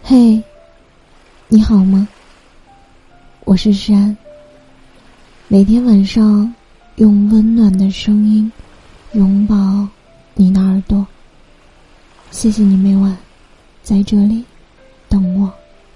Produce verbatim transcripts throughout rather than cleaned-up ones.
嘿，你好吗？我是珊。每天晚上用温暖的声音拥抱你的耳朵。谢谢你每晚在这里等我。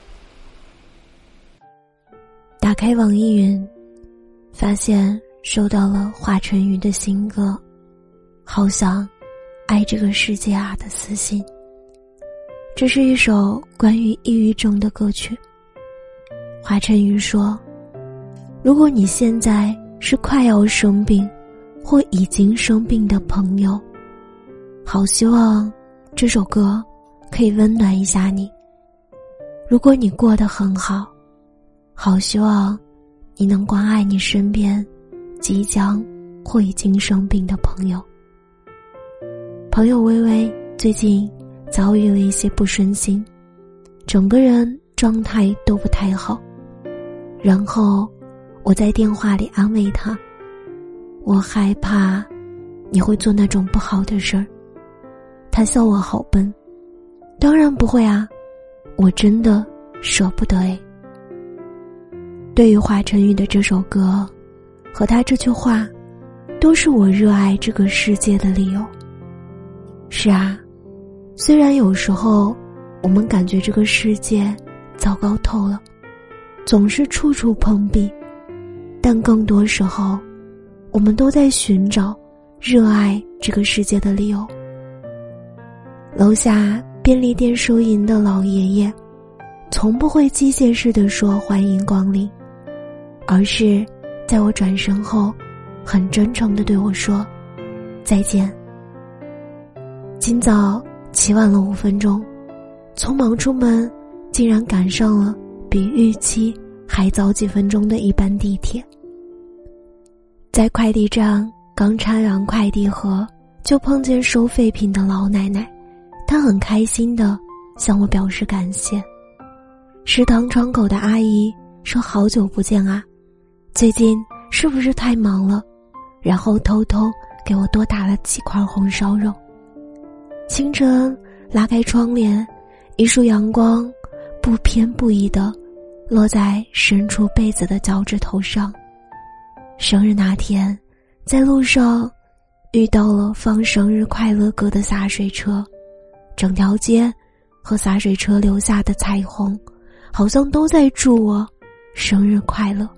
打开网易云，发现收到了华晨宇的新歌《好想爱这个世界啊》的私信。这是一首关于抑郁症的歌曲。华晨宇说，如果你现在是快要生病或已经生病的朋友，好希望这首歌可以温暖一下你。如果你过得很好，好希望你能关爱你身边即将或已经生病的朋友。朋友微微最近遭遇了一些不顺心，整个人状态都不太好。然后我在电话里安慰他，我害怕你会做那种不好的事儿。他笑我好笨，当然不会啊，我真的舍不得诶。对于华晨宇的这首歌和他这句话，都是我热爱这个世界的理由。是啊，虽然有时候我们感觉这个世界糟糕透了，总是处处碰壁，但更多时候我们都在寻找热爱这个世界的理由。楼下便利店收银的老爷爷从不会机械式地说欢迎光临，而是在我转身后很真诚地对我说再见。今早起晚了五分钟，匆忙出门竟然赶上了比预期还早几分钟的一班地铁。在快递站刚插上快递盒，就碰见收废品的老奶奶，她很开心地向我表示感谢。食堂窗口的阿姨说好久不见啊，最近是不是太忙了？然后偷偷给我多打了几块红烧肉。清晨拉开窗帘，一束阳光不偏不倚地落在伸出被子的脚趾头上。生日那天，在路上遇到了放生日快乐歌的洒水车，整条街和洒水车留下的彩虹好像都在祝我生日快乐。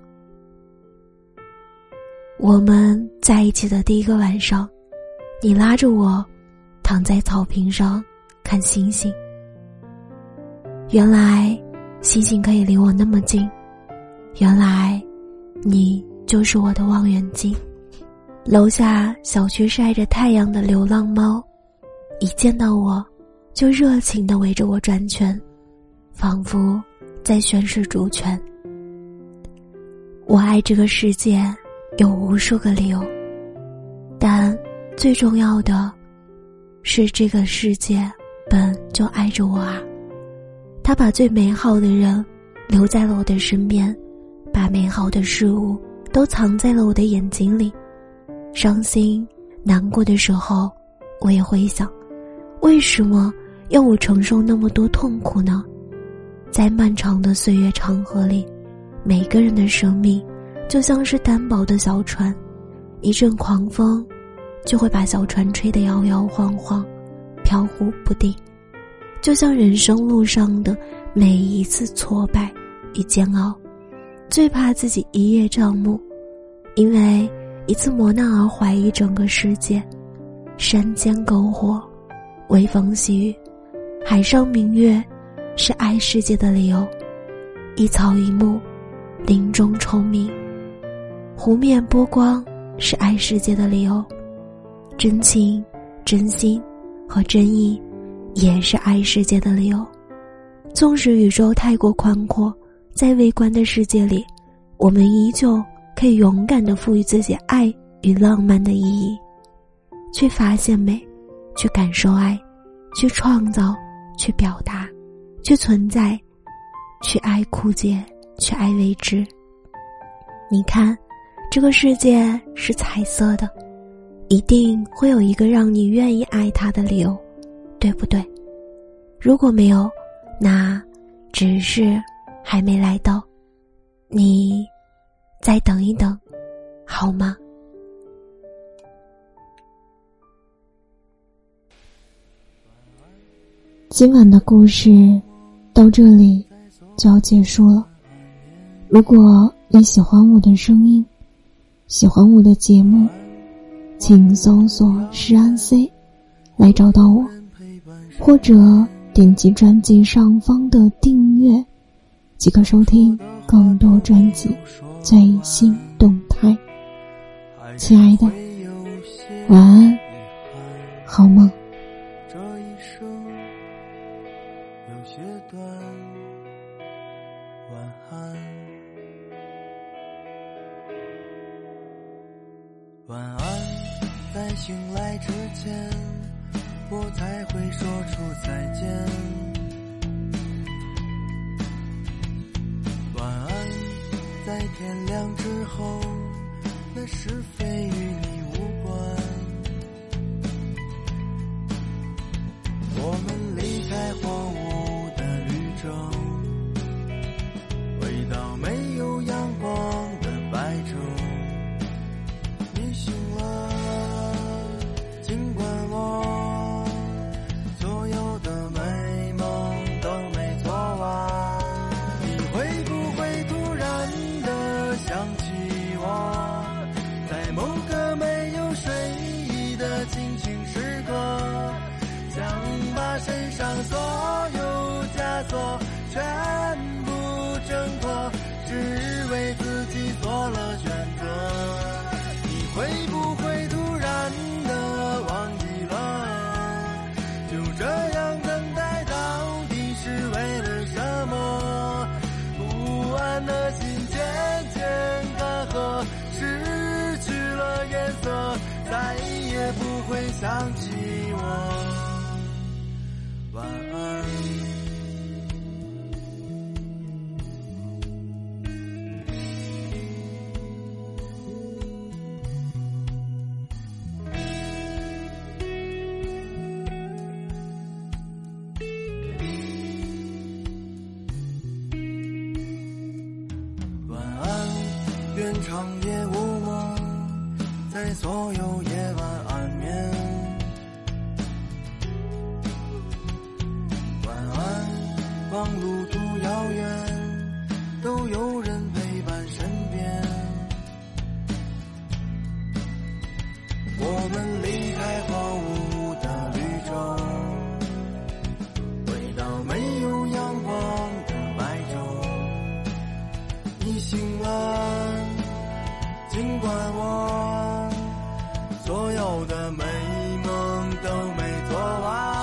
我们在一起的第一个晚上，你拉着我躺在草坪上看星星。原来星星可以离我那么近，原来你就是我的望远镜。楼下小区晒着太阳的流浪猫一见到我就热情地围着我转圈，仿佛在宣示主权。我爱这个世界有无数个理由，但最重要的是这个世界本就爱着我啊。他把最美好的人留在了我的身边，把美好的事物都藏在了我的眼睛里。伤心难过的时候，我也会想，为什么要我承受那么多痛苦呢？在漫长的岁月长河里，每个人的生命就像是单薄的小船，一阵狂风就会把小船吹得摇摇晃晃，飘忽不定。就像人生路上的每一次挫败与煎熬，最怕自己一叶障目，因为一次磨难而怀疑整个世界。山间篝火，微风细雨，海上明月，是爱世界的理由。一草一木，林中虫鸣，湖面波光，是爱世界的理由。真情、真心和真意，也是爱世界的理由。纵使宇宙太过宽阔，在微观的世界里，我们依旧可以勇敢地赋予自己爱与浪漫的意义，去发现美，去感受爱，去创造，去表达，去存在，去爱枯竭，去爱未知。你看，这个世界是彩色的，一定会有一个让你愿意爱它的理由，对不对？如果没有，那只是还没来到，你再等一等，好吗？ 今晚的故事到这里就要结束了。如果你喜欢我的声音，喜欢我的节目，请搜索诗安 C 来找到我，或者点击专辑上方的订阅即可收听更多专辑最新动态。亲爱的，晚安，好梦。 这一生有些短，晚安，晚安。在醒来之前，我才会说出再见。晚安，在天亮之后，那是非与你无关。我们离开荒芜的旅程，回到没有阳光的白昼。你醒了，尽管我所有的美梦都没做完。你会不会突然的想起我，在某个没有睡意的清醒时刻，想把身上所有枷锁全部挣脱，只为自己做了选择。你会不会突然的忘记了，就这样等待到底是为了什么？不安的心渐渐干涸，失去了颜色，再也不会想起我。晚安。晚安，愿长夜无梦，在所有夜晚安眠。晚安，望路途遥远，都有人陪伴身边。我们离开荒芜的绿洲，回到没有阳光的白昼。你醒了，尽管我所有的美梦都没做完。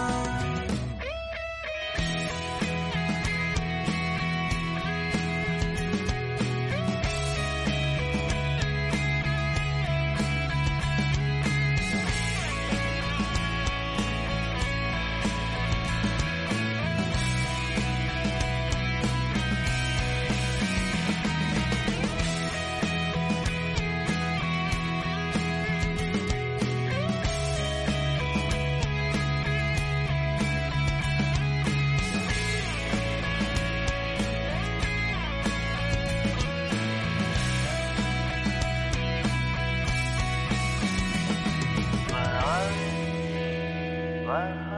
晚安，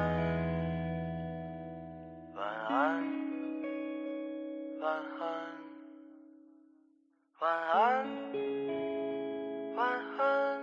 晚安，晚安，晚安，晚安，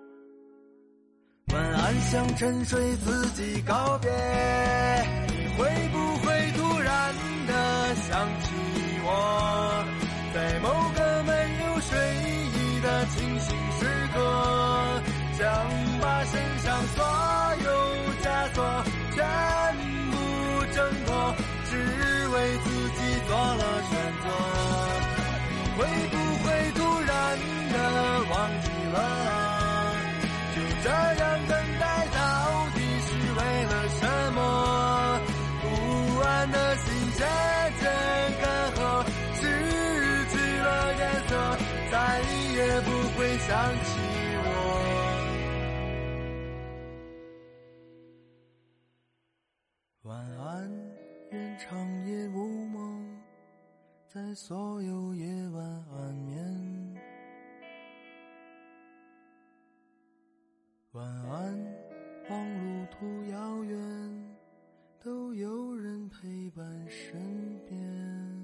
晚安，向沉睡自己告别。你会不会突然的想起我，在某个没有睡意的清醒时刻，想把身上所有枷锁全部挣脱，只为自己做了选择。会不会突然的忘记了，就这样等待到底是为了什么？不安的心渐渐干涸，失去了颜色，再也不会想起我。晚安， 愿长夜无梦，在所有夜晚安眠。晚安，望路途遥远，都有人陪伴身边。